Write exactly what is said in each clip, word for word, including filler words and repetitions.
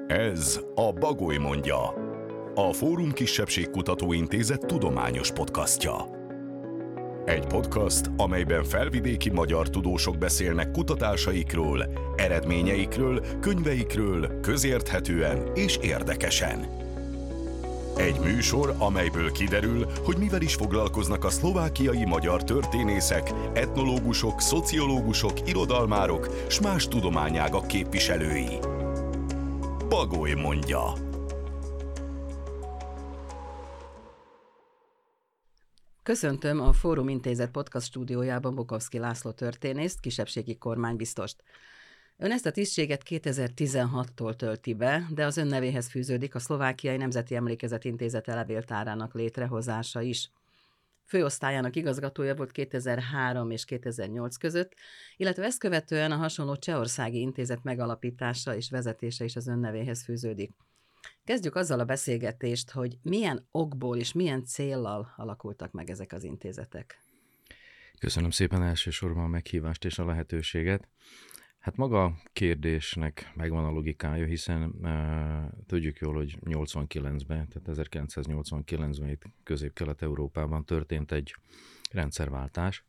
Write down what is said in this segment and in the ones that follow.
Ez a Bagoly mondja, a Fórum Kisebbségkutató Intézet tudományos podcastja. Egy podcast, amelyben felvidéki magyar tudósok beszélnek kutatásaikról, eredményeikről, könyveikről, közérthetően és érdekesen. Egy műsor, amelyből kiderül, hogy mivel is foglalkoznak a szlovákiai magyar történészek, etnológusok, szociológusok, irodalmárok s más tudományágak képviselői. Bagoly mondja. Köszöntöm a Fórum Intézet podcast stúdiójában Bokovszky László történészt, kisebbségi kormánybiztost. Ön ezt a tisztséget kétezer-tizenhattól tölti be, de az ön nevéhez fűződik a Szlovákiai Nemzeti Emlékezet Intézete levéltárának létrehozása is. Főosztályának igazgatója volt kétezer-három és kétezer-nyolc között, illetve ezt követően a hasonló csehországi intézet megalapítása és vezetése is az ön nevéhez fűződik. Kezdjük azzal a beszélgetést, hogy milyen okból és milyen céllal alakultak meg ezek az intézetek. Köszönöm szépen elsősorban a meghívást és a lehetőséget. Hát maga a kérdésnek megvan a logikája, hiszen e, tudjuk jól, hogy nyolcvankilencben, tehát ezerkilencszáznyolcvankilencben itt Közép-Kelet-Európában történt egy rendszerváltás.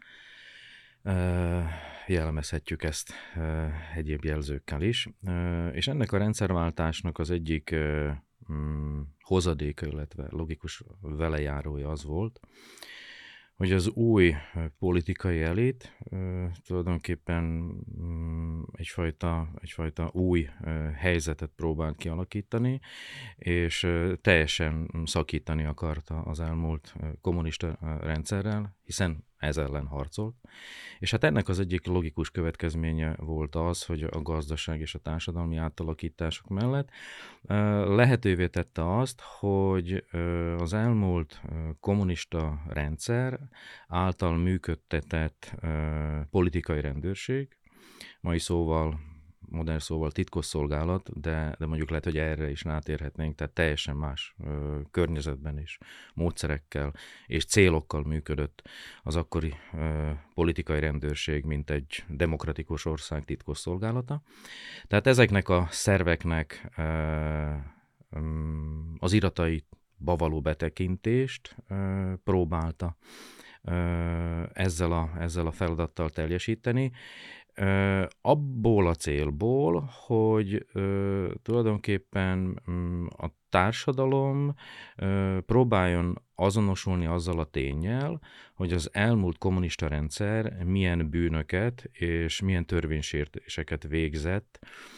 E, jellemezhetjük ezt e, egyéb jelzőkkel is. E, és ennek a rendszerváltásnak az egyik e, mm, hozadéka, illetve logikus velejárója az volt, hogy az új politikai elit tulajdonképpen egyfajta, egyfajta új helyzetet próbált kialakítani, és teljesen szakítani akarta az elmúlt kommunista rendszerrel, hiszen ez ellen harcolt. És hát ennek az egyik logikus következménye volt az, hogy a gazdaság és a társadalmi átalakítások mellett lehetővé tette azt, hogy az elmúlt kommunista rendszer által működtetett politikai rendőrség, mai szóval, modern szóval titkosszolgálat, de, de mondjuk lehet, hogy erre is rátérhetnénk, tehát teljesen más ö, környezetben is, módszerekkel és célokkal működött az akkori ö, politikai rendőrség, mint egy demokratikus ország titkosszolgálata. Tehát ezeknek a szerveknek ö, ö, az irataiba való betekintést ö, próbálta ö, ezzel, a, ezzel a feladattal teljesíteni, Uh, abból a célból, hogy uh, tulajdonképpen um, a társadalom uh, próbáljon azonosulni azzal a ténnyel, hogy az elmúlt kommunista rendszer milyen bűnöket és milyen törvénysértéseket végzett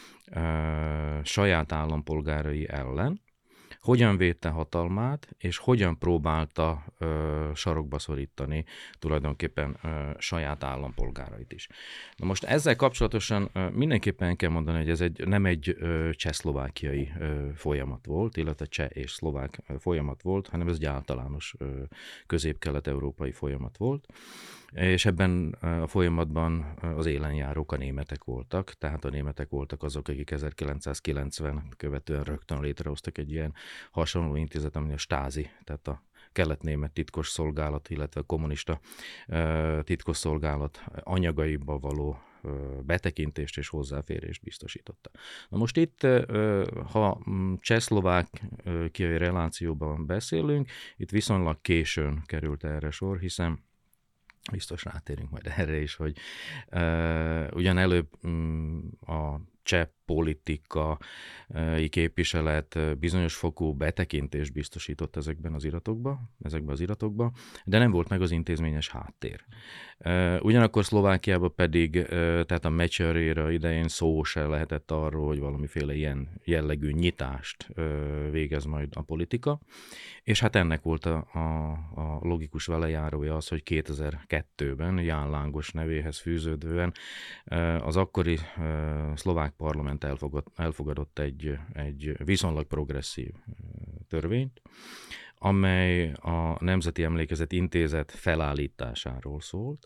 uh, saját állampolgárai ellen, hogyan védte hatalmát, és hogyan próbálta ö, sarokba szorítani tulajdonképpen ö, saját állampolgárait is. Na most ezzel kapcsolatosan ö, mindenképpen kell mondani, hogy ez egy, nem egy ö, cseh-szlovákiai ö, folyamat volt, illetve cseh és szlovák ö, folyamat volt, hanem ez egy általános ö, közép-kelet-európai folyamat volt. És ebben a folyamatban az élenjárók a németek voltak, tehát a németek voltak azok, akik ezerkilencszázkilencven követően rögtön létrehoztak egy ilyen hasonló intézet, ami a Stázi, tehát a kelet-német titkosszolgálat, illetve a kommunista titkosszolgálat anyagaiba való betekintést és hozzáférést biztosította. Na most itt, ha cseh-szlovákiai relációban beszélünk, itt viszonylag későn került erre sor, hiszen biztos rátérünk majd erre is, hogy uh, ugyan előbb um, a cseh politikai képviselet bizonyos fokú betekintést biztosított ezekben az iratokba, ezekben az iratokba, de nem volt meg az intézményes háttér. Ugyanakkor Szlovákiában pedig, tehát a Mečiar idején szó se lehetett arról, hogy valamiféle ilyen jellegű nyitást végez majd a politika, és hát ennek volt a, a, a logikus velejárója az, hogy kétezer-kettőben Ján Lángos nevéhez fűződően az akkori szlovák parlament elfogadott, elfogadott egy, egy viszonylag progresszív törvényt, amely a Nemzeti Emlékezet Intézet felállításáról szólt.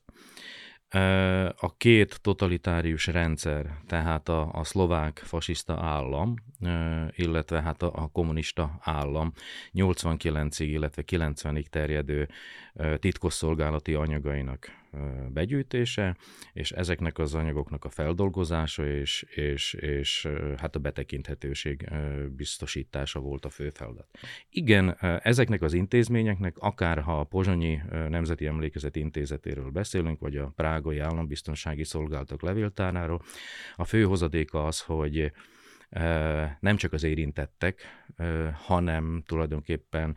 A két totalitárius rendszer, tehát a, a szlovák fasiszta állam, illetve hát a, a kommunista állam nyolcvankilencig, illetve kilencvenig terjedő titkosszolgálati anyagainak begyűjtése, és ezeknek az anyagoknak a feldolgozása és, és, és hát a betekinthetőség biztosítása volt a fő feladat. Igen, ezeknek az intézményeknek, akár ha a Pozsonyi Nemzeti Emlékezeti Intézetéről beszélünk, vagy a Prágai Állambiztonsági Szolgálatok levéltáráról, a fő hozadéka az, hogy nem csak az érintettek, hanem tulajdonképpen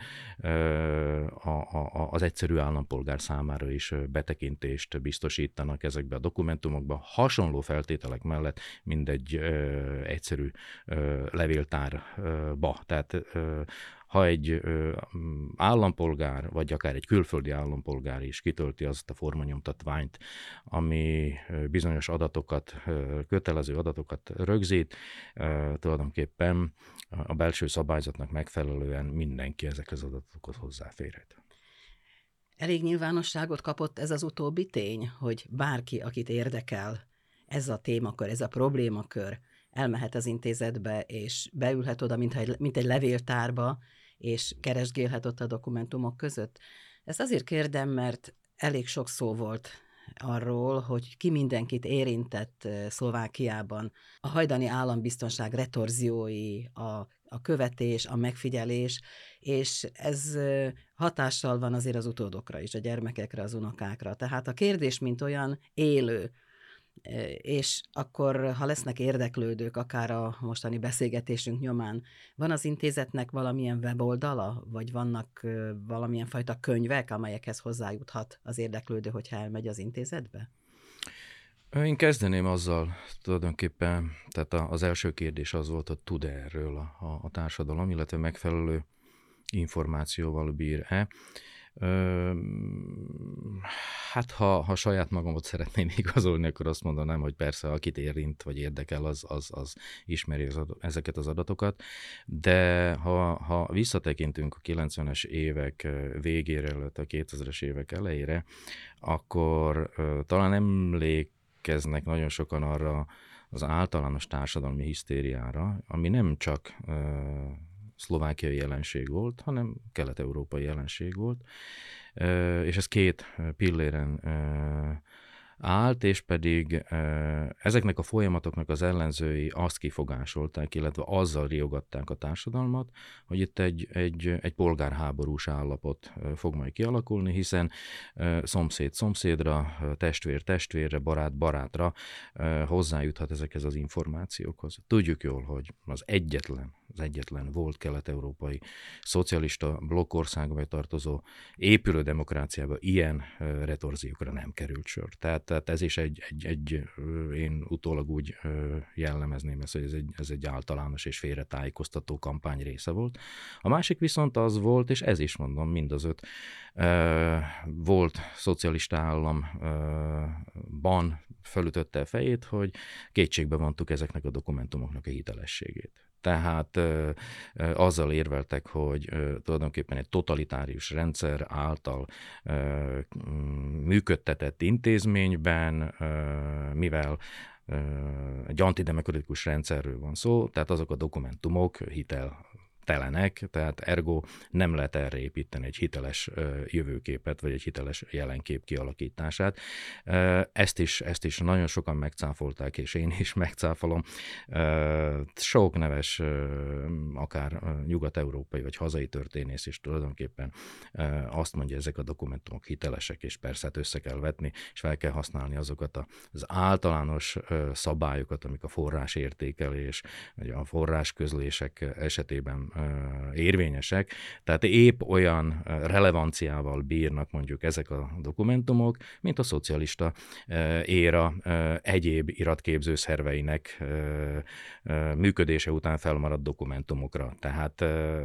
az egyszerű állampolgár számára is betekintést biztosítanak ezekbe a dokumentumokba, hasonló feltételek mellett mindegy egyszerű levéltárba. Tehát ha egy ö, állampolgár, vagy akár egy külföldi állampolgár is kitölti azt a formanyomtatványt, ami bizonyos adatokat, kötelező adatokat rögzít, tulajdonképpen a belső szabályzatnak megfelelően mindenki ezekhez az adatokhoz hozzáférhet. Elég nyilvánosságot kapott ez az utóbbi tény, hogy bárki, akit érdekel ez a témakör, ez a problémakör, elmehet az intézetbe, és beülhet oda, mint egy, mint egy levéltárba, és keresgélhet ott a dokumentumok között. Ezt azért kérdem, mert elég sok szó volt arról, hogy ki mindenkit érintett Szlovákiában a hajdani állambiztonság retorziói, a, a követés, a megfigyelés, és ez hatással van azért az utódokra is, a gyermekekre, az unokákra. Tehát a kérdés, mint olyan élő, és akkor, ha lesznek érdeklődők, akár a mostani beszélgetésünk nyomán, van az intézetnek valamilyen weboldala, vagy vannak valamilyen fajta könyvek, amelyekhez hozzájuthat az érdeklődő, hogyha elmegy az intézetbe? Én kezdeném azzal tulajdonképpen, tehát az első kérdés az volt, hogy tud erről a, a társadalom, illetve megfelelő információval bír-e. Ö, hát ha, ha saját magamat szeretném igazolni, akkor azt mondanám, hogy persze, akit érint vagy érdekel, az, az, az ismeri az, ezeket az adatokat, de ha, ha visszatekintünk a kilencvenes évek végére, illetve a kétezres évek elejére, akkor ö, talán emlékeznek nagyon sokan arra az általános társadalmi hisztériára, ami nem csak ö, szlovákiai jelenség volt, hanem kelet-európai jelenség volt, és ez két pilléren állt, és pedig ezeknek a folyamatoknak az ellenzői azt kifogásolták, illetve azzal riogatták a társadalmat, hogy itt egy, egy, egy polgárháborús állapot fog majd kialakulni, hiszen szomszéd szomszédra, testvér testvérre, barát barátra hozzájuthat ezekhez az információkhoz. Tudjuk jól, hogy az egyetlen, az egyetlen volt kelet-európai szocialista blokkországba tartozó épülő demokráciába ilyen retorziókra nem került sor. Tehát Tehát ez is egy, egy, egy, én utólag úgy jellemezném ezt, hogy ez egy, ez egy általános és félretájékoztató kampány része volt. A másik viszont az volt, és ez is mondom, mind az öt volt szocialista államban fölütötte a fejét, hogy kétségbe vontuk ezeknek a dokumentumoknak a hitelességét. Tehát ö, ö, azzal érveltek, hogy ö, tulajdonképpen egy totalitárius rendszer által ö, működtetett intézményben, ö, mivel ö, egy antidemokratikus rendszerről van szó, tehát azok a dokumentumok hitel telenek, tehát ergo nem lehet erre építeni egy hiteles jövőképet, vagy egy hiteles jelenkép kialakítását. Ezt is, ezt is nagyon sokan megcáfolták, és én is megcáfolom. Sok neves, akár nyugat-európai, vagy hazai történész is tulajdonképpen azt mondja, ezek a dokumentumok hitelesek, és persze hát össze kell vetni, és fel kell használni azokat az általános szabályokat, amik a forrásértékelés, vagy a forrásközlések esetében érvényesek, tehát épp olyan relevanciával bírnak mondjuk ezek a dokumentumok, mint a szocialista éra egyéb iratképző szerveinek működése után felmaradt dokumentumokra. Tehát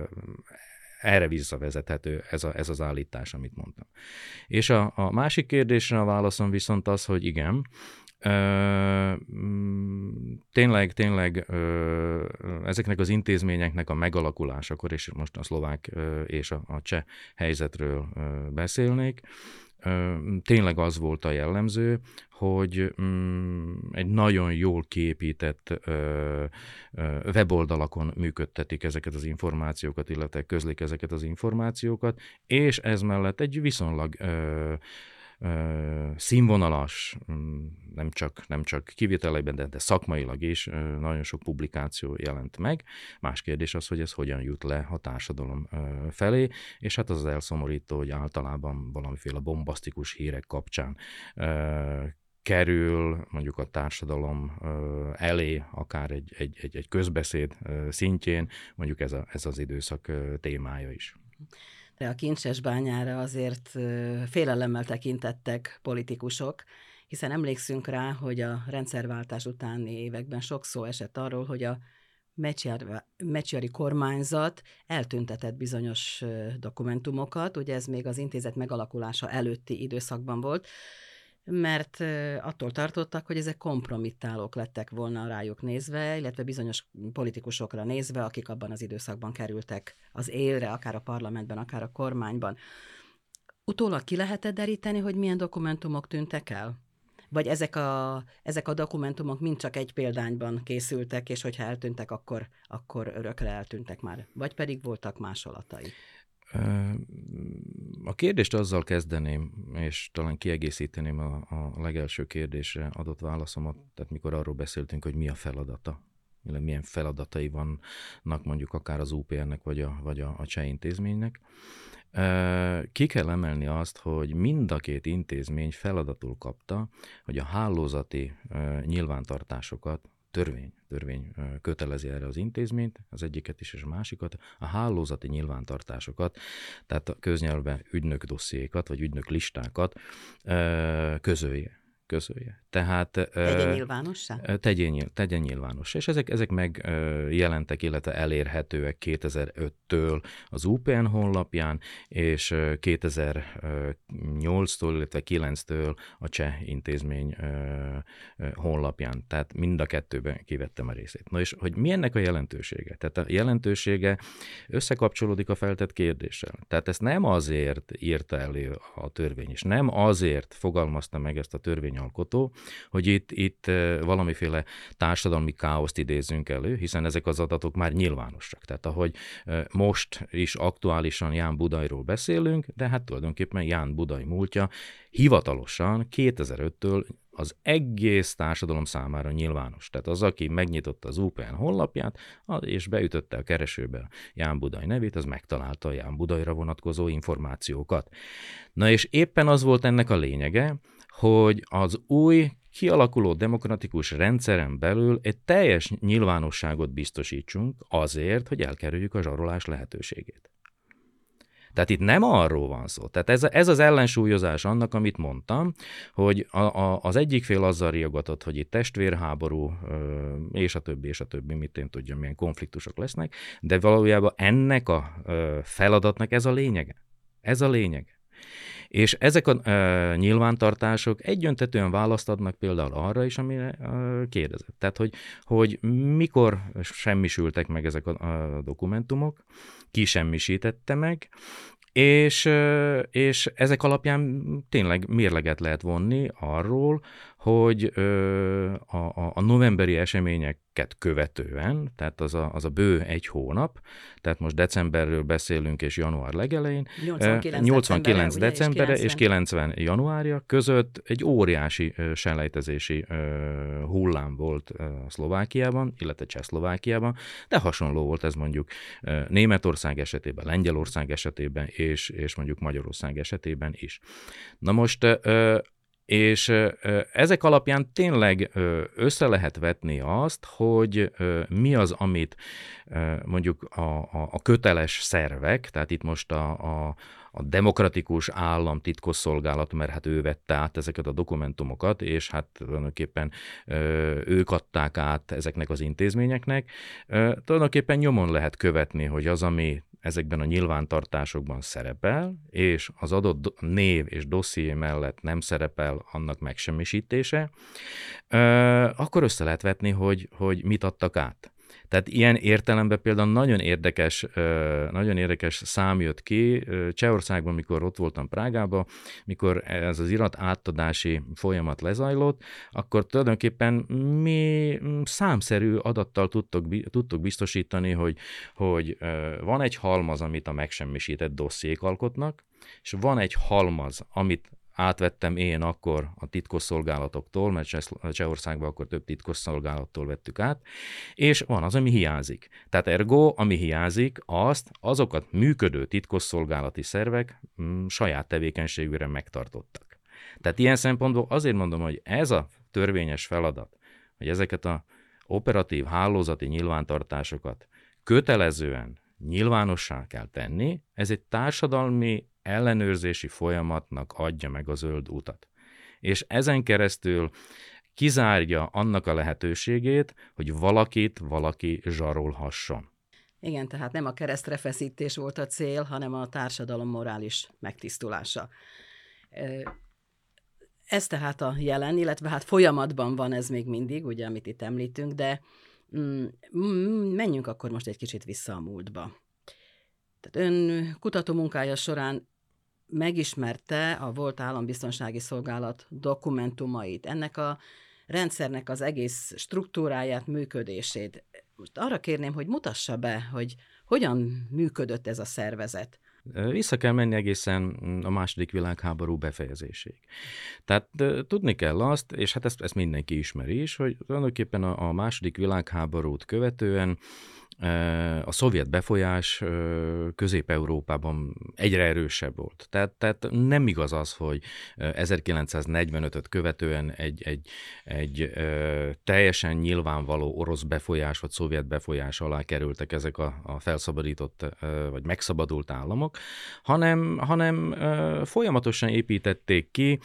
erre visszavezethető ez, a, ez az állítás, amit mondtam. És a, a másik kérdésre a válaszom viszont az, hogy igen, Ö, tényleg, tényleg ö, ezeknek az intézményeknek a megalakulásakor, és most a szlovák ö, és a, a cseh helyzetről ö, beszélnék, ö, tényleg az volt a jellemző, hogy mm, egy nagyon jól kiépített ö, ö, weboldalakon működtetik ezeket az információkat, illetve közlik ezeket az információkat, és ez mellett egy viszonylag ö, színvonalas, nem csak, nem csak kivételekben, de, de szakmailag is nagyon sok publikáció jelent meg. Más kérdés az, hogy ez hogyan jut le a társadalom felé, és hát az az elszomorító, hogy általában valamiféle bombasztikus hírek kapcsán kerül mondjuk a társadalom elé, akár egy, egy, egy, egy közbeszéd szintjén, mondjuk ez, a, ez az időszak témája is. De a Kincsesbányára azért félelemmel tekintettek politikusok, hiszen emlékszünk rá, hogy a rendszerváltás utáni években sok szó esett arról, hogy a Mecsari kormányzat eltüntetett bizonyos dokumentumokat, ugye ez még az intézet megalakulása előtti időszakban volt, mert attól tartottak, hogy ezek kompromittálók lettek volna rájuk nézve, illetve bizonyos politikusokra nézve, akik abban az időszakban kerültek az élre, akár a parlamentben, akár a kormányban. Utólag ki lehetett deríteni, hogy milyen dokumentumok tűntek el? Vagy ezek a, ezek a dokumentumok mind csak egy példányban készültek, és hogyha eltűntek, akkor, akkor örökre eltűntek már? Vagy pedig voltak másolatai? A kérdést azzal kezdeném, és talán kiegészíteném a, a legelső kérdésre adott válaszomat, tehát mikor arról beszéltünk, hogy mi a feladata, milyen feladatai vannak mondjuk akár az u pé er-nek, vagy a, vagy a, a cseh intézménynek. Ki kell emelni azt, hogy mind a két intézmény feladatul kapta, hogy a hálózati nyilvántartásokat, törvény, törvény kötelezi erre az intézményt, az egyiket is és a másikat, a hálózati nyilvántartásokat, tehát a köznyelvben ügynök dossziékat, vagy ügynök listákat közölje. közölje. Tehát, tegyen nyilvánossá? Tegyen, tegyen nyilvánossá. És ezek, ezek megjelentek, illetve elérhetőek kétezer-öttől az u pé en honlapján, és kétezer-nyolctól, illetve kilenctől a cseh intézmény honlapján. Tehát mind a kettőben kivettem a részét. Na és hogy mi ennek a jelentősége? Tehát a jelentősége összekapcsolódik a feltett kérdéssel. Tehát ezt nem azért írta elő a törvény, és nem azért fogalmazta meg ezt a törvényalkotó, hogy itt, itt valamiféle társadalmi káoszt idézzünk elő, hiszen ezek az adatok már nyilvánosak. Tehát ahogy most is aktuálisan Ján Budajról beszélünk, de hát tulajdonképpen Ján Budaj múltja hivatalosan kétezer-öttől az egész társadalom számára nyilvános. Tehát az, aki megnyitotta az u pé en honlapját, és beütötte a keresőbe a Ján Budaj nevét, az megtalálta a Ján Budajra vonatkozó információkat. Na és éppen az volt ennek a lényege, hogy az új kialakuló demokratikus rendszeren belül egy teljes nyilvánosságot biztosítsunk azért, hogy elkerüljük a zsarolás lehetőségét. Tehát itt nem arról van szó. Tehát ez, ez az ellensúlyozás annak, amit mondtam, hogy a, a, az egyik fél azzal riogatott, hogy itt testvérháború, és a többi, és a többi, mit én tudjam, milyen konfliktusok lesznek, de valójában ennek a feladatnak ez a lényege. Ez a lényege. És ezek a e, nyilvántartások egyöntetően választ adnak például arra is, amire e, kérdezett. Tehát, hogy, hogy mikor semmisültek meg ezek a, a dokumentumok, ki semmisítette meg, és, e, és ezek alapján tényleg mérleget lehet vonni arról, hogy ö, a, a novemberi eseményeket követően, tehát az a, az a bő egy hónap, tehát most decemberről beszélünk és január legelején, nyolcvankilenc, nyolcvankilenc decembere és, és kilencven januárja között egy óriási ö, selejtezési ö, hullám volt ö, Szlovákiában, illetve Csehszlovákiában, de hasonló volt ez mondjuk ö, Németország esetében, Lengyelország esetében és, és mondjuk Magyarország esetében is. Na most ö, és ezek alapján tényleg össze lehet vetni azt, hogy mi az, amit mondjuk a, a, a köteles szervek, tehát itt most a, a, a demokratikus állam titkosszolgálat, mert hát ő vette át ezeket a dokumentumokat, és hát tulajdonképpen ők adták át ezeknek az intézményeknek. Tulajdonképpen nyomon lehet követni, hogy az, ami ezekben a nyilvántartásokban szerepel, és az adott név és dosszié mellett nem szerepel annak megsemmisítése, akkor össze lehet vetni, hogy, hogy mit adtak át. Tehát ilyen értelemben például nagyon érdekes, nagyon érdekes szám jött ki Csehországban, mikor ott voltam Prágában, mikor ez az irat átadási folyamat lezajlott, akkor tulajdonképpen mi számszerű adattal tudtuk, tudtuk biztosítani, hogy, hogy van egy halmaz, amit a megsemmisített dossziék alkotnak, és van egy halmaz, amit átvettem én akkor a titkosszolgálatoktól, mert Csehországban akkor több titkosszolgálattól vettük át, és van az, ami hiányzik. Tehát ergo, ami hiányzik, azt azokat működő titkosszolgálati szervek m, saját tevékenységükre megtartottak. Tehát ilyen szempontból azért mondom, hogy ez a törvényes feladat, hogy ezeket a operatív hálózati nyilvántartásokat kötelezően nyilvánossá kell tenni, ez egy társadalmi ellenőrzési folyamatnak adja meg a zöld utat. És ezen keresztül kizárja annak a lehetőségét, hogy valakit valaki zsarolhasson. Igen, tehát nem a keresztrefeszítés volt a cél, hanem a társadalom morális megtisztulása. Ez tehát a jelen, illetve hát folyamatban van ez még mindig, ugye, amit itt említünk, de mm, menjünk akkor most egy kicsit vissza a múltba. Tehát ön kutató munkája során megismerte a volt állambiztonsági szolgálat dokumentumait, ennek a rendszernek az egész struktúráját, működését. Most arra kérném, hogy mutassa be, hogy hogyan működött ez a szervezet. Vissza kell menni egészen a második világháború befejezéséig. Tehát tudni kell azt, és hát ezt, ezt mindenki ismeri is, hogy tulajdonképpen a, a második világháborút követően a szovjet befolyás Közép-Európában egyre erősebb volt. Tehát, tehát nem igaz az, hogy ezerkilencszáznegyvenötöt követően egy, egy, egy teljesen nyilvánvaló orosz befolyás vagy szovjet befolyás alá kerültek ezek a, a felszabadított vagy megszabadult államok, hanem, hanem folyamatosan építették ki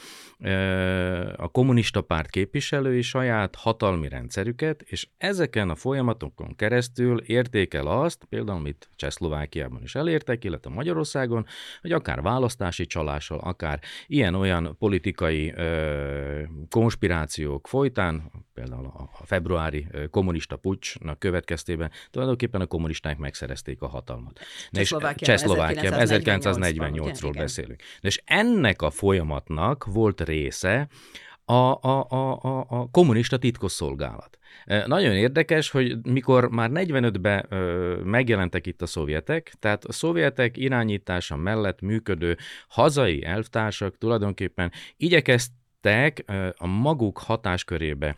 a kommunista párt képviselői saját hatalmi rendszerüket, és ezeken a folyamatokon keresztül érték el azt, például amit Csehszlovákiában is elértek, illetve Magyarországon, hogy akár választási csalással, akár ilyen-olyan politikai ö, konspirációk folytán, például a februári kommunista puccsnak következtében tulajdonképpen a kommunisták megszerezték a hatalmat. Csehszlovákiában ezerkilencszáznegyvennyolcról beszélünk. És ennek a folyamatnak volt része a, a, a, a, a kommunista titkosszolgálat. Nagyon érdekes, hogy mikor már negyvenötben megjelentek itt a szovjetek, tehát a szovjetek irányítása mellett működő hazai elvtársak tulajdonképpen igyekeztek a maguk hatáskörébe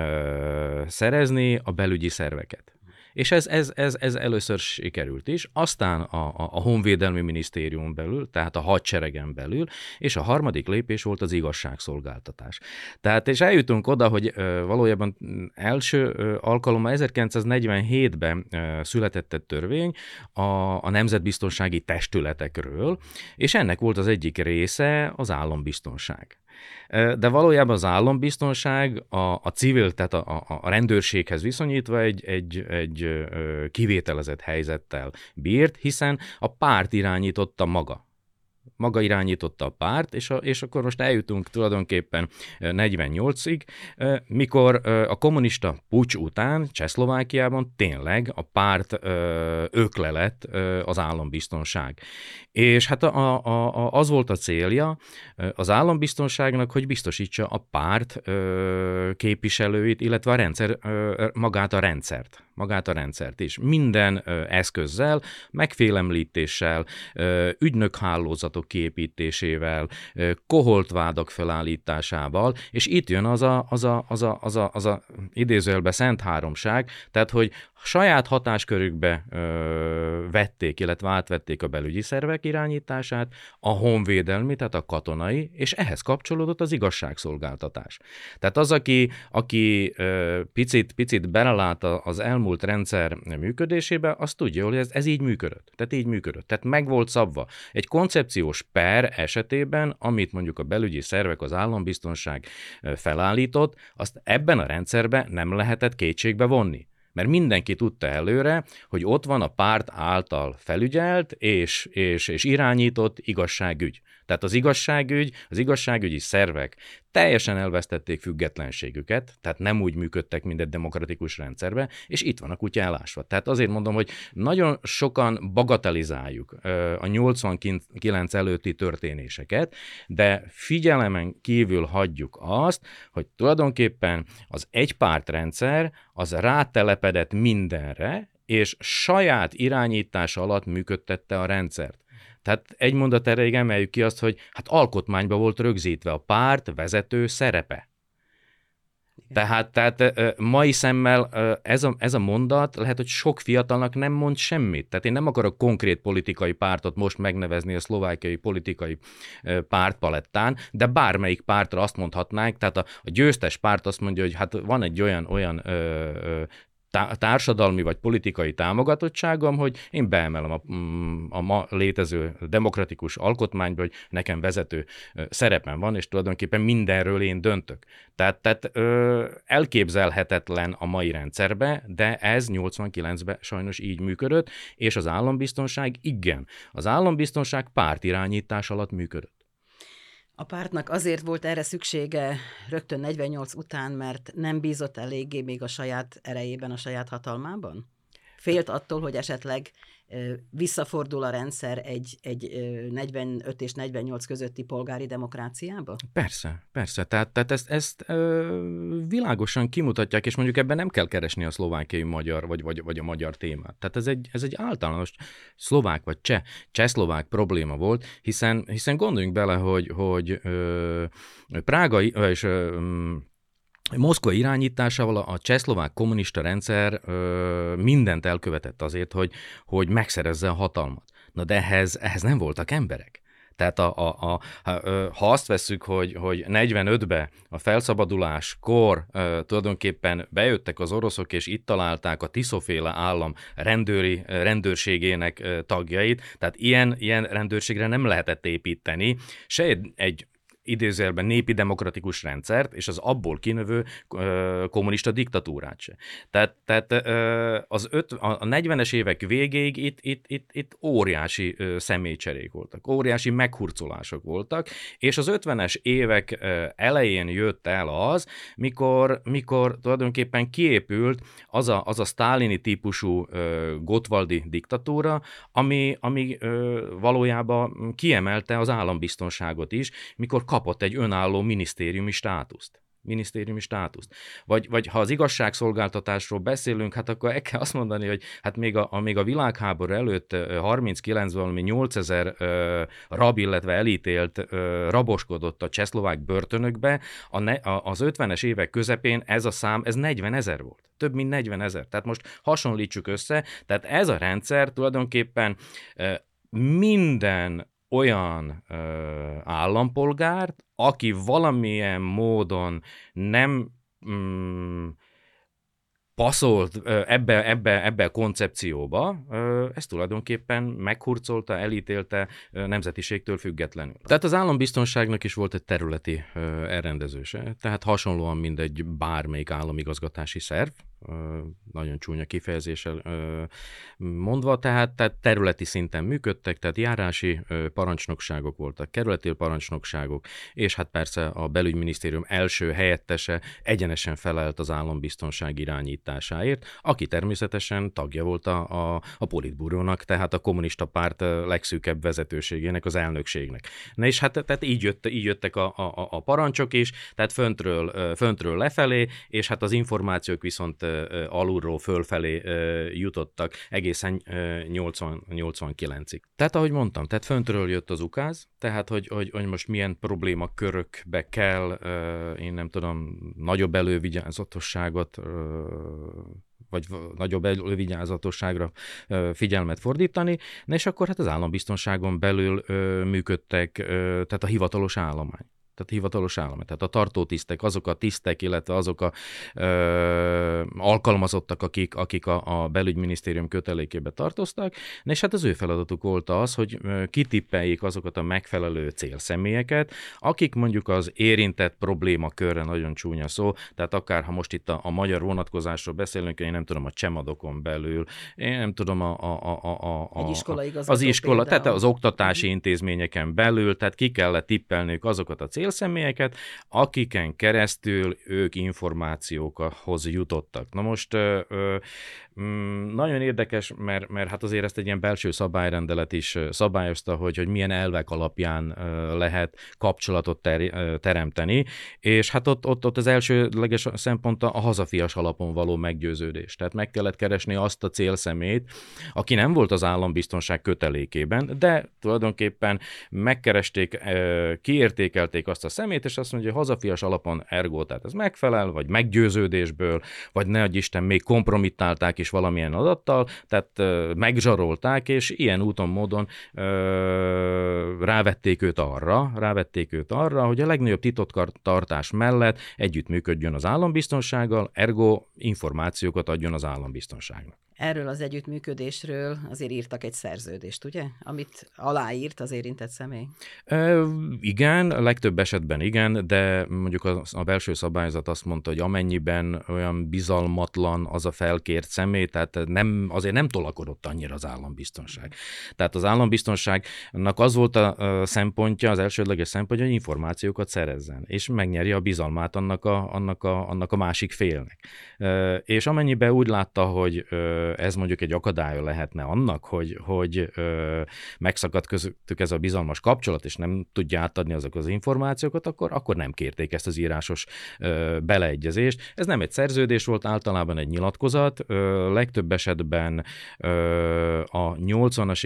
szerezni a belügyi szerveket. És ez, ez, ez, ez először sikerült is, aztán a, a, a Honvédelmi Minisztérium belül, tehát a hadseregen belül, és a harmadik lépés volt az igazságszolgáltatás. Tehát, és eljutunk oda, hogy ö, valójában első ö, alkalommal ezerkilencszáznegyvenhétben ö, született egy törvény a, a nemzetbiztonsági testületekről, és ennek volt az egyik része az állambiztonság. De valójában az állambiztonság a, a civil, tehát a, a, a rendőrséghez viszonyítva egy, egy, egy kivételezett helyzettel bírt, hiszen a párt irányította maga. Maga irányította a párt, és, a, és akkor most eljutunk tulajdonképpen negyvennyolcig, mikor a kommunista puccs után Csehszlovákiában tényleg a párt ökle lett az állambiztonság. És hát a, a, a, az volt a célja az állambiztonságnak, hogy biztosítsa a párt képviselőit, illetve a rendszer, magát a rendszert. magát a rendszert is. Minden ö, eszközzel, megfélemlítéssel, ö, ügynökhálózatok kiépítésével, ö, koholtvádak felállításával, és itt jön az a, az a, az a, az a, az a idézőjelbe szent háromság, tehát, hogy saját hatáskörükbe ö, vették, illetve átvették a belügyi szervek irányítását, a honvédelmi, tehát a katonai, és ehhez kapcsolódott az igazságszolgáltatás. Tehát az, aki, aki ö, picit, picit belelát az elmúlt rendszer működésébe, az tudja, hogy ez, ez így működött. Tehát így működött. Tehát meg volt szabva. Egy koncepciós per esetében, amit mondjuk a belügyi szervek, az állambiztonság felállított, azt ebben a rendszerben nem lehetett kétségbe vonni. Mert mindenki tudta előre, hogy ott van a párt által felügyelt és, és, és irányított igazságügy. Tehát az igazságügy, az igazságügyi szervek teljesen elvesztették függetlenségüket, tehát nem úgy működtek, mint egy demokratikus rendszerben, és itt van a kutya elásva. Tehát azért mondom, hogy nagyon sokan bagatelizáljuk a nyolcvankilenc előtti történéseket, de figyelemen kívül hagyjuk azt, hogy tulajdonképpen az egypártrendszer az rátelepedett mindenre, és saját irányítása alatt működtette a rendszert. Tehát egy mondat erejéig emeljük ki azt, hogy hát alkotmányba volt rögzítve a párt vezető szerepe. Tehát, tehát mai szemmel ez a, ez a mondat lehet, hogy sok fiatalnak nem mond semmit. Tehát én nem akarok konkrét politikai pártot most megnevezni a szlovákiai politikai pártpalettán, de bármelyik pártra azt mondhatnánk, tehát a, a győztes párt azt mondja, hogy hát van egy olyan, olyan ö, ö, társadalmi vagy politikai támogatottságom, hogy én beemelem a, a ma létező demokratikus alkotmányba, hogy nekem vezető szerepem van, és tulajdonképpen mindenről én döntök. Tehát, tehát ö, elképzelhetetlen a mai rendszerbe, de ez nyolcvankilencben sajnos így működött, és az állambiztonság igen. Az állambiztonság pártirányítás alatt működött. A pártnak azért volt erre szüksége rögtön negyvennyolc után, mert nem bízott eléggé még a saját erejében, a saját hatalmában? Félt attól, hogy esetleg visszafordul a rendszer egy, egy negyvenöt és negyvennyolc közötti polgári demokráciába? Persze, persze. Tehát, tehát ezt, ezt ö, világosan kimutatják, és mondjuk ebben nem kell keresni a szlovákiai magyar, vagy, vagy, vagy a magyar témát. Tehát ez egy, ez egy általános szlovák vagy cseh, csehszlovák probléma volt, hiszen, hiszen gondoljunk bele, hogy, hogy ö, Prága és ö, Moszkva irányításával a csehszlovák kommunista rendszer ö, mindent elkövetett azért, hogy, hogy megszerezze a hatalmat. Na de ehhez, ehhez nem voltak emberek. Tehát a, a, a, ha azt vesszük, hogy, hogy negyvenötben a felszabaduláskor tulajdonképpen bejöttek az oroszok, és itt találták a Tiszoféle állam rendőri, rendőrségének tagjait, tehát ilyen, ilyen rendőrségre nem lehetett építeni, se egy, egy idézőjelben népi demokratikus rendszert, és az abból kinövő ö, kommunista diktatúrát se. Tehát, tehát ö, az öt, a negyvenes évek végéig itt, itt, itt, itt óriási ö, személycserék voltak, óriási meghurcolások voltak, és az ötvenes évek ö, elején jött el az, mikor, mikor tulajdonképpen kiépült az a, az a sztálini típusú ö, gottwaldi diktatúra, ami, ami ö, valójában kiemelte az állambiztonságot is, mikor kapott egy önálló minisztériumi státuszt. Minisztériumi státuszt. Vagy, vagy ha az igazságszolgáltatásról beszélünk, hát akkor el kell azt mondani, hogy hát még a, a, még a világháború előtt harminckilencben valami nyolcezer uh, rab, illetve elítélt uh, raboskodott a csehszlovák börtönökbe, a ne, a, az ötvenes évek közepén ez a szám, ez negyvenezer volt. Több mint negyvenezer. Tehát most hasonlítsuk össze, tehát ez a rendszer tulajdonképpen uh, minden olyan ö, állampolgárt, aki valamilyen módon nem mm, passzolt ö, ebbe, ebbe, ebbe a koncepcióba, ö, ezt tulajdonképpen meghurcolta, elítélte ö, nemzetiségtől függetlenül. Tehát az állambiztonságnak is volt egy területi ö, elrendezőse, tehát hasonlóan mindegy bármelyik államigazgatási szerv, nagyon csúnya kifejezéssel mondva, tehát, tehát területi szinten működtek, tehát járási parancsnokságok voltak, kerületi parancsnokságok, és hát persze a belügyminisztérium első helyettese egyenesen felelt az állambiztonság irányításáért, aki természetesen tagja volt a, a, a politbúrónak, tehát a kommunista párt legszűkebb vezetőségének, az elnökségnek. Na és hát tehát így, jött, így jöttek a, a, a parancsok is, tehát föntről, föntről lefelé, és hát az információk viszont alulról fölfelé jutottak egészen nyolcvankilencig. Tehát ahogy mondtam, tehát föntről jött az ukáz, tehát hogy, hogy, hogy most milyen problémakörökbe kell, én nem tudom, nagyobb elővigyázatosságot vagy nagyobb elővigyázatosságra figyelmet fordítani, és akkor hát az állambiztonságon belül működtek, tehát a hivatalos állomány. Tehát hivatalos állam. Tehát a tartótisztek, azok a tisztek, illetve azok a ö, alkalmazottak, akik, akik a, a belügyminisztérium kötelékébe tartoztak, és hát az ő feladatuk volt az, hogy kitippeljék azokat a megfelelő célszemélyeket, akik mondjuk az érintett problémakörre, nagyon csúnya szó, tehát akár ha most itt a, a magyar vonatkozásról beszélünk, én nem tudom, a csemadokon belül, én nem tudom, a, a, a, a, a, iskola az iskola, például. Tehát az oktatási intézményeken belül, tehát ki kellett tippelniük azokat a cél célszemélyeket, akiken keresztül ők információkhoz jutottak. Na most ö, ö, nagyon érdekes, mert, mert hát azért ezt egy ilyen belső szabályrendelet is szabályozta, hogy, hogy milyen elvek alapján lehet kapcsolatot ter, teremteni, és hát ott, ott, ott az elsőleges szempont a hazafias alapon való meggyőződés. Tehát meg kellett keresni azt a célszemét, aki nem volt az állambiztonság kötelékében, de tulajdonképpen megkeresték, kiértékelték azt a szemét, és azt mondja, hogy hazafias alapon ergo, tehát ez megfelel, vagy meggyőződésből, vagy ne adj Isten, még kompromittálták is valamilyen adattal, tehát megzsarolták, és ilyen úton, módon rávették őt arra, rávették őt arra, hogy a legnagyobb titoktartás mellett együttműködjön az állambiztonsággal, ergo információkat adjon az állambiztonságnak. Erről az együttműködésről azért írtak egy szerződést, ugye? Amit aláírt az érintett személy. E, igen, legtöbb esetben igen, de mondjuk a, a belső szabályzat azt mondta, hogy amennyiben olyan bizalmatlan az a felkért személy, tehát nem, azért nem tolakodott annyira az állambiztonság. Tehát az állambiztonságnak az volt a, a szempontja, az elsődleges szempontja, hogy információkat szerezzen, és megnyerje a bizalmát annak a, annak a, annak a másik félnek. E, és amennyiben úgy látta, hogy ez mondjuk egy akadálya lehetne annak, hogy, hogy ö, megszakadt közöttük ez a bizalmas kapcsolat, és nem tudja átadni azok az információkat, akkor, akkor nem kérték ezt az írásos ö, beleegyezést. Ez nem egy szerződés volt, általában egy nyilatkozat. Ö, legtöbb esetben ö, a nyolcvanas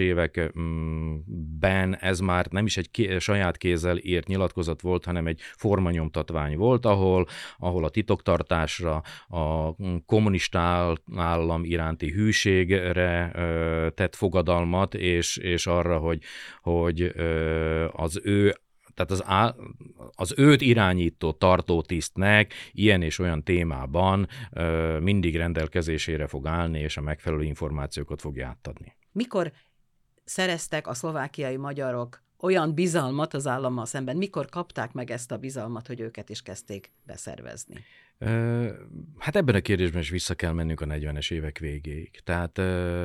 években ez már nem is egy ké, saját kézzel írt nyilatkozat volt, hanem egy formanyomtatvány volt, ahol, ahol a titoktartásra, a kommunista állam iránti hűségre ö, tett fogadalmat, és, és arra, hogy, hogy ö, az ő tehát az, á, az őt irányító tartótisztnek ilyen és olyan témában ö, mindig rendelkezésére fog állni, és a megfelelő információkat fogja átadni. Mikor szereztek a szlovákiai magyarok olyan bizalmat az állammal szemben? Mikor kapták meg ezt a bizalmat, hogy őket is kezdték beszervezni? Hát ebben a kérdésben is vissza kell mennünk a negyvenes évek végéig. Tehát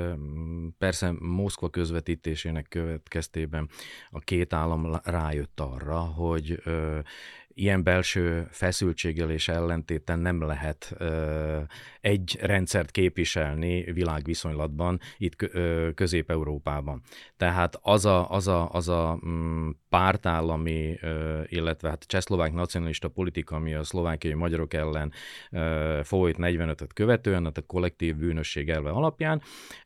persze Moszkva közvetítésének következtében a két állam rájött arra, hogy ilyen belső feszültséggel és ellentéten nem lehet ö, egy rendszert képviselni világviszonylatban itt ö, Közép-Európában. Tehát az a, az a, az a mm, pártállami, ö, illetve hát csehszlovák nacionalista politika, ami a szlovákiai magyarok ellen ö, folyt negyvenötöt követően, a kollektív bűnösség elve alapján,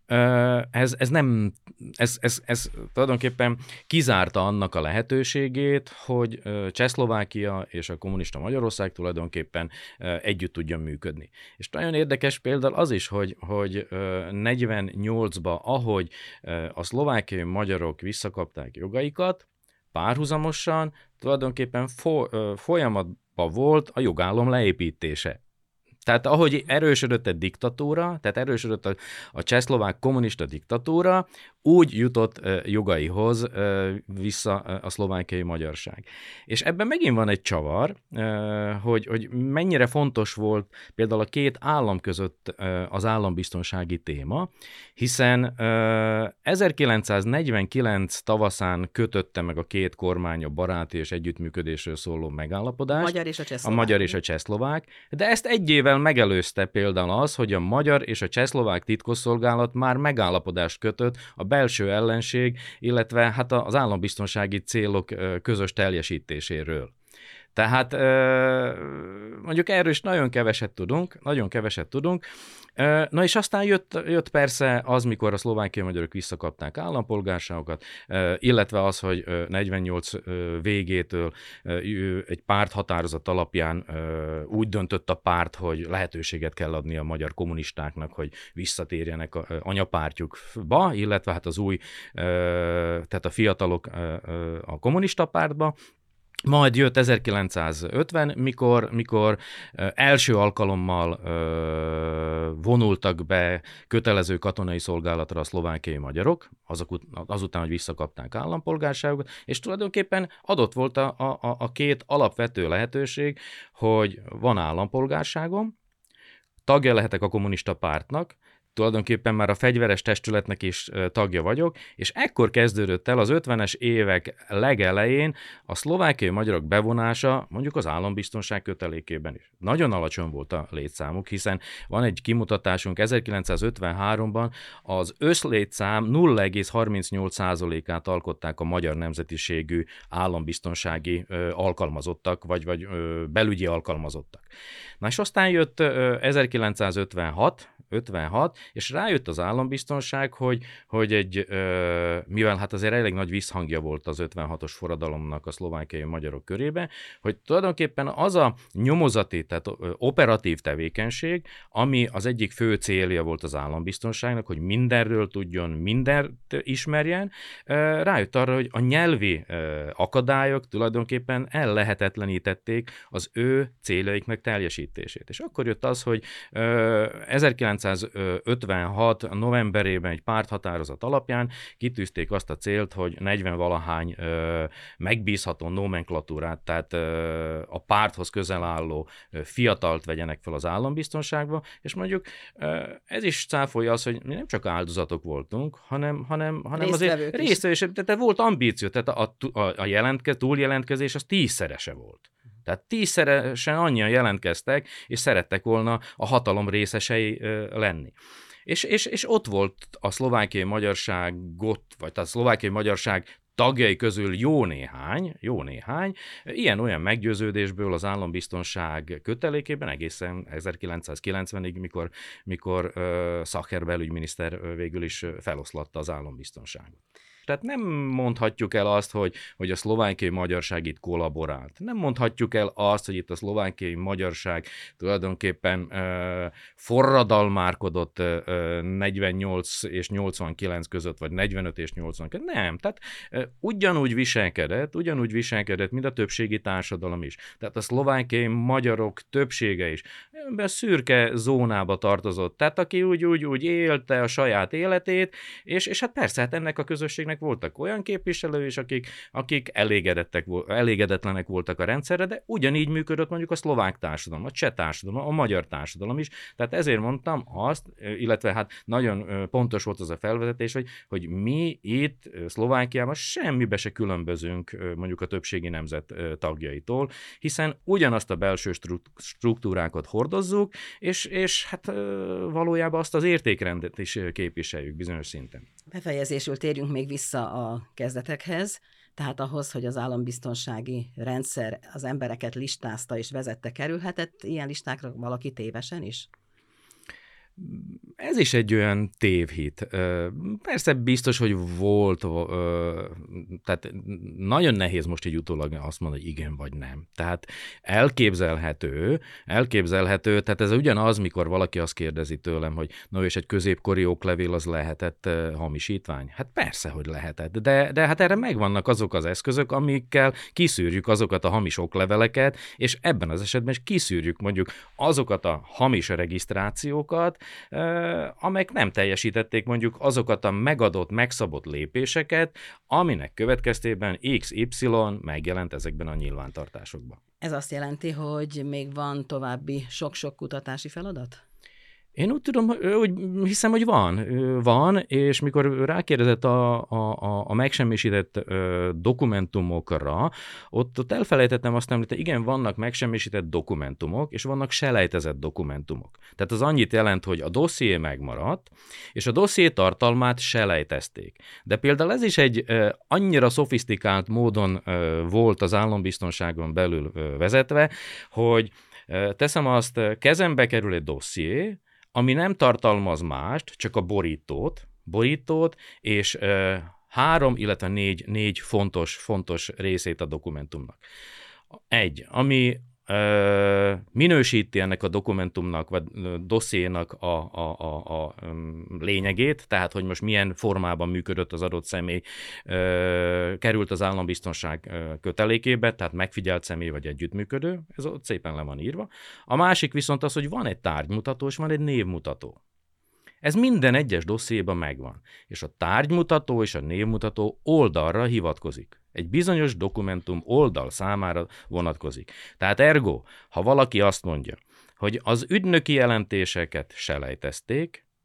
Ez, ez nem, ez, ez, ez tulajdonképpen kizárta annak a lehetőségét, hogy Csehszlovákia és a kommunista Magyarország tulajdonképpen együtt tudjon működni. És nagyon érdekes például az is, hogy, hogy negyvennyolcban, ahogy a szlovákiai magyarok visszakapták jogaikat, párhuzamosan tulajdonképpen folyamatban volt a jogállam leépítése. Tehát ahogy erősödött egy diktatúra, tehát erősödött a, a csehszlovák kommunista diktatúra, úgy jutott uh, jogaihoz uh, vissza uh, a szlovákiai magyarság. És ebben megint van egy csavar, uh, hogy, hogy mennyire fontos volt például a két állam között uh, az állambiztonsági téma, hiszen uh, ezerkilencszáznegyvenkilenc tavaszán kötötte meg a két kormány a baráti és együttműködésről szóló megállapodást. A magyar és a csehszlovák. A magyar és a csehszlovák, de ezt egy évvel megelőzte például az, hogy a magyar és a csehszlovák titkosszolgálat már megállapodást kötött a belső ellenség, illetve hát az állambiztonsági célok közös teljesítéséről. Tehát mondjuk erről is nagyon keveset tudunk, nagyon keveset tudunk. Na és aztán jött, jött persze az, mikor a szlovákiai magyarok visszakapták állampolgárságokat, illetve az, hogy negyvennyolc végétől egy párt határozat alapján úgy döntött a párt, hogy lehetőséget kell adni a magyar kommunistáknak, hogy visszatérjenek a anyapártjukba, illetve hát az új, tehát a fiatalok a kommunista pártba. Majd jött ezerkilencszázötven, mikor, mikor első alkalommal ö, vonultak be kötelező katonai szolgálatra a szlovákiai magyarok, azok, azután, hogy visszakapták állampolgárságukat, és tulajdonképpen adott volt a, a, a két alapvető lehetőség, hogy van állampolgárságom, tagja lehetek a kommunista pártnak, tulajdonképpen már a fegyveres testületnek is tagja vagyok, és ekkor kezdődött el az ötvenes évek legelején a szlovákiai magyarok bevonása mondjuk az állambiztonság kötelékében is. Nagyon alacsony volt a létszámuk, hiszen van egy kimutatásunk, ezerkilencszázötvenháromban az összlétszám nulla egész harmincnyolc százalékát alkották a magyar nemzetiségű állambiztonsági ö, alkalmazottak, vagy, vagy ö, belügyi alkalmazottak. Na és aztán jött ö, ezerkilencszázötvenhat, ötvenhat, és rájött az állambiztonság, hogy, hogy egy, ö, mivel hát azért elég nagy visszhangja volt az ötvenhatos forradalomnak a szlovákiai magyarok körében, hogy tulajdonképpen az a nyomozati, tehát ö, operatív tevékenység, ami az egyik fő célja volt az állambiztonságnak, hogy mindenről tudjon, mindent ismerjen, ö, rájött arra, hogy a nyelvi ö, akadályok tulajdonképpen ellehetetlenítették az ő céljaiknak teljesítését. És akkor jött az, hogy ö, ezerkilencszázötvenhat novemberében egy párthatározat alapján kitűzték azt a célt, hogy negyven-valahány ö, megbízható nomenklatúrát, tehát ö, a párthoz közel álló ö, fiatalt vegyenek fel az állambiztonságba, és mondjuk ö, ez is cáfolja az, hogy mi nem csak áldozatok voltunk, hanem, hanem, hanem azért résztvevők, tehát volt ambíció, tehát a, a, a jelentke, túljelentkezés az tízszerese volt. Tehát tízszeresen annyian jelentkeztek, és szerettek volna a hatalom részesei ö, lenni. És, és, és ott volt a szlovákiai magyarságot, vagy a szlovákiai magyarság tagjai közül jó néhány, jó néhány, ilyen-olyan meggyőződésből az állambiztonság kötelékében egészen ezerkilencszázkilencvenig, mikor, mikor uh, Szacher belügyminiszter végül is feloszlatta az állambiztonságot. Tehát nem mondhatjuk el azt, hogy, hogy a szlovákiai magyarság itt kollaborált. Nem mondhatjuk el azt, hogy itt a szlovákiai magyarság tulajdonképpen ö, forradalmárkodott ö, negyvennyolc és nyolcvankilenc között, vagy negyvenöt és nyolcvankilenc. Nem, tehát ö, ugyanúgy viselkedett, ugyanúgy viselkedett, mint a többségi társadalom is. Tehát a szlovákiai magyarok többsége is ebben a szürke zónába tartozott. Tehát aki úgy, úgy, úgy élte a saját életét, és, és hát persze, hát ennek a közösségnek voltak olyan képviselői is, akik, akik elégedettek, elégedetlenek voltak a rendszerre, de ugyanígy működött mondjuk a szlovák társadalom, a cseh társadalom, a magyar társadalom is. Tehát ezért mondtam azt, illetve hát nagyon pontos volt az a felvezetés, hogy, hogy mi itt Szlovákiában semmibe se különbözünk mondjuk a többségi nemzet tagjaitól, hiszen ugyanazt a belső struktúrákat hordozzuk, és, és hát valójában azt az értékrendet is képviseljük bizonyos szinten. Befejezésül térjünk még vissza a kezdetekhez, tehát ahhoz, hogy az állambiztonsági rendszer az embereket listázta és vezette, kerülhetett ilyen listákra valaki tévesen is? Ez is egy olyan tévhit. Persze biztos, hogy volt, tehát nagyon nehéz most így utólag azt mondani, hogy igen vagy nem. Tehát elképzelhető, elképzelhető, tehát ez ugyanaz, mikor valaki azt kérdezi tőlem, hogy na és egy középkori oklevél az lehetett hamisítvány? Hát persze, hogy lehetett, de, de hát erre megvannak azok az eszközök, amikkel kiszűrjük azokat a hamis okleveleket, és ebben az esetben is kiszűrjük mondjuk azokat a hamis regisztrációkat, amelyek nem teljesítették mondjuk azokat a megadott, megszabott lépéseket, aminek következtében iksz ipszilon megjelent ezekben a nyilvántartásokban. Ez azt jelenti, hogy még van további sok-sok kutatási feladat? Én úgy tudom, hogy hiszem, hogy van. Van, és mikor rákérdezett a, a, a megsemmisített dokumentumokra, ott, ott elfelejtettem azt említeni, igen, vannak megsemmisített dokumentumok, és vannak selejtezett dokumentumok. Tehát az annyit jelent, hogy a dosszié megmaradt, és a dosszié tartalmát selejtezték. De például ez is egy annyira szofisztikált módon volt az állambiztonságon belül vezetve, hogy teszem azt, kezembe kerül egy dosszié, ami nem tartalmaz mást, csak a borítót, borítót és ö, három, illetve négy, négy fontos, fontos részét a dokumentumnak. Egy, ami ö, minősíti ennek a dokumentumnak, vagy dossziénak a, a, a, a lényegét, tehát, hogy most milyen formában működött az adott személy, ö, került az állambiztonság kötelékébe, tehát megfigyelt személy vagy együttműködő, ez ott szépen le van írva. A másik viszont az, hogy van egy tárgymutató, és van egy névmutató. Ez minden egyes dossziéban megvan, és a tárgymutató és a névmutató oldalra hivatkozik. Egy bizonyos dokumentum oldal számára vonatkozik. Tehát ergo, ha valaki azt mondja, hogy az ügynöki jelentéseket selejtezték,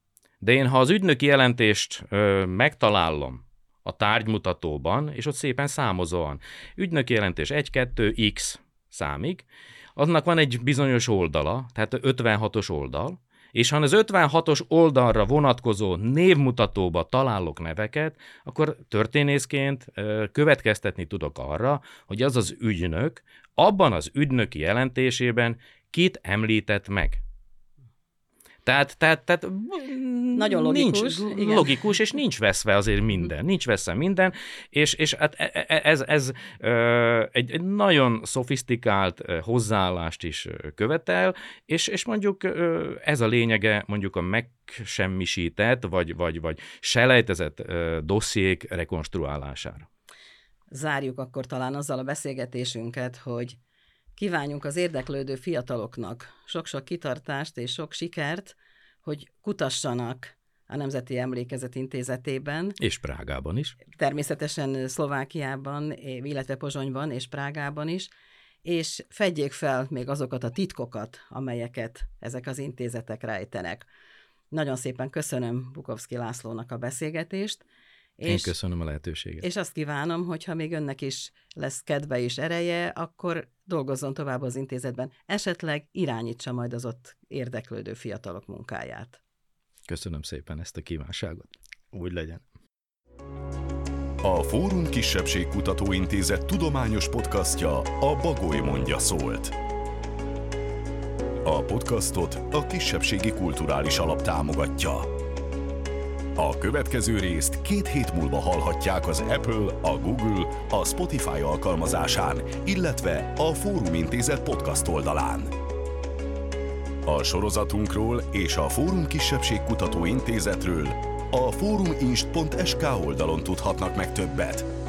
De én, ha az ügynöki jelentést ö, megtalálom a tárgymutatóban, és ott szépen számozóan, ügynöki jelentés egy kettő x számig, annak van egy bizonyos oldala, tehát ötvenhatos oldal, és ha az ötvenhatos oldalra vonatkozó névmutatóba találok neveket, akkor történészként következtetni tudok arra, hogy az az ügynök abban az ügynöki jelentésében kit említett meg. Tehát, tehát, tehát nagyon logikus, nincs, igen. logikus, és nincs veszve azért minden. Nincs veszve minden, és, és hát ez, ez egy, egy nagyon szofisztikált hozzáállást is követel, és, és mondjuk ez a lényege mondjuk a megsemmisített, vagy, vagy, vagy selejtezett dossziék rekonstruálására. Zárjuk akkor talán azzal a beszélgetésünket, hogy kívánjunk az érdeklődő fiataloknak sok-sok kitartást és sok sikert, hogy kutassanak a Nemzeti Emlékezet Intézetében. És Prágában is. Természetesen Szlovákiában, illetve Pozsonyban és Prágában is, és fedjék fel még azokat a titkokat, amelyeket ezek az intézetek rejtenek. Nagyon szépen köszönöm Bukovszky Lászlónak a beszélgetést. Én és, köszönöm a lehetőséget. És azt kívánom, hogy ha még önnek is lesz kedve és ereje, akkor dolgozzon tovább az intézetben, esetleg irányítsa majd az ott érdeklődő fiatalok munkáját. Köszönöm szépen ezt a kívánságot. Úgy legyen. A Fórum Kisebbségkutató Intézet tudományos podcastja a Bagoly mondja szólt. A podcastot a Kisebbségi Kulturális Alap támogatja. A következő részt két hét múlva hallhatják az Apple, a Google, a Spotify alkalmazásán, illetve a Fórum Intézet podcast oldalán. A sorozatunkról és a Fórum Kisebbségkutató Intézetről a fóruminst pont es ká oldalon tudhatnak meg többet.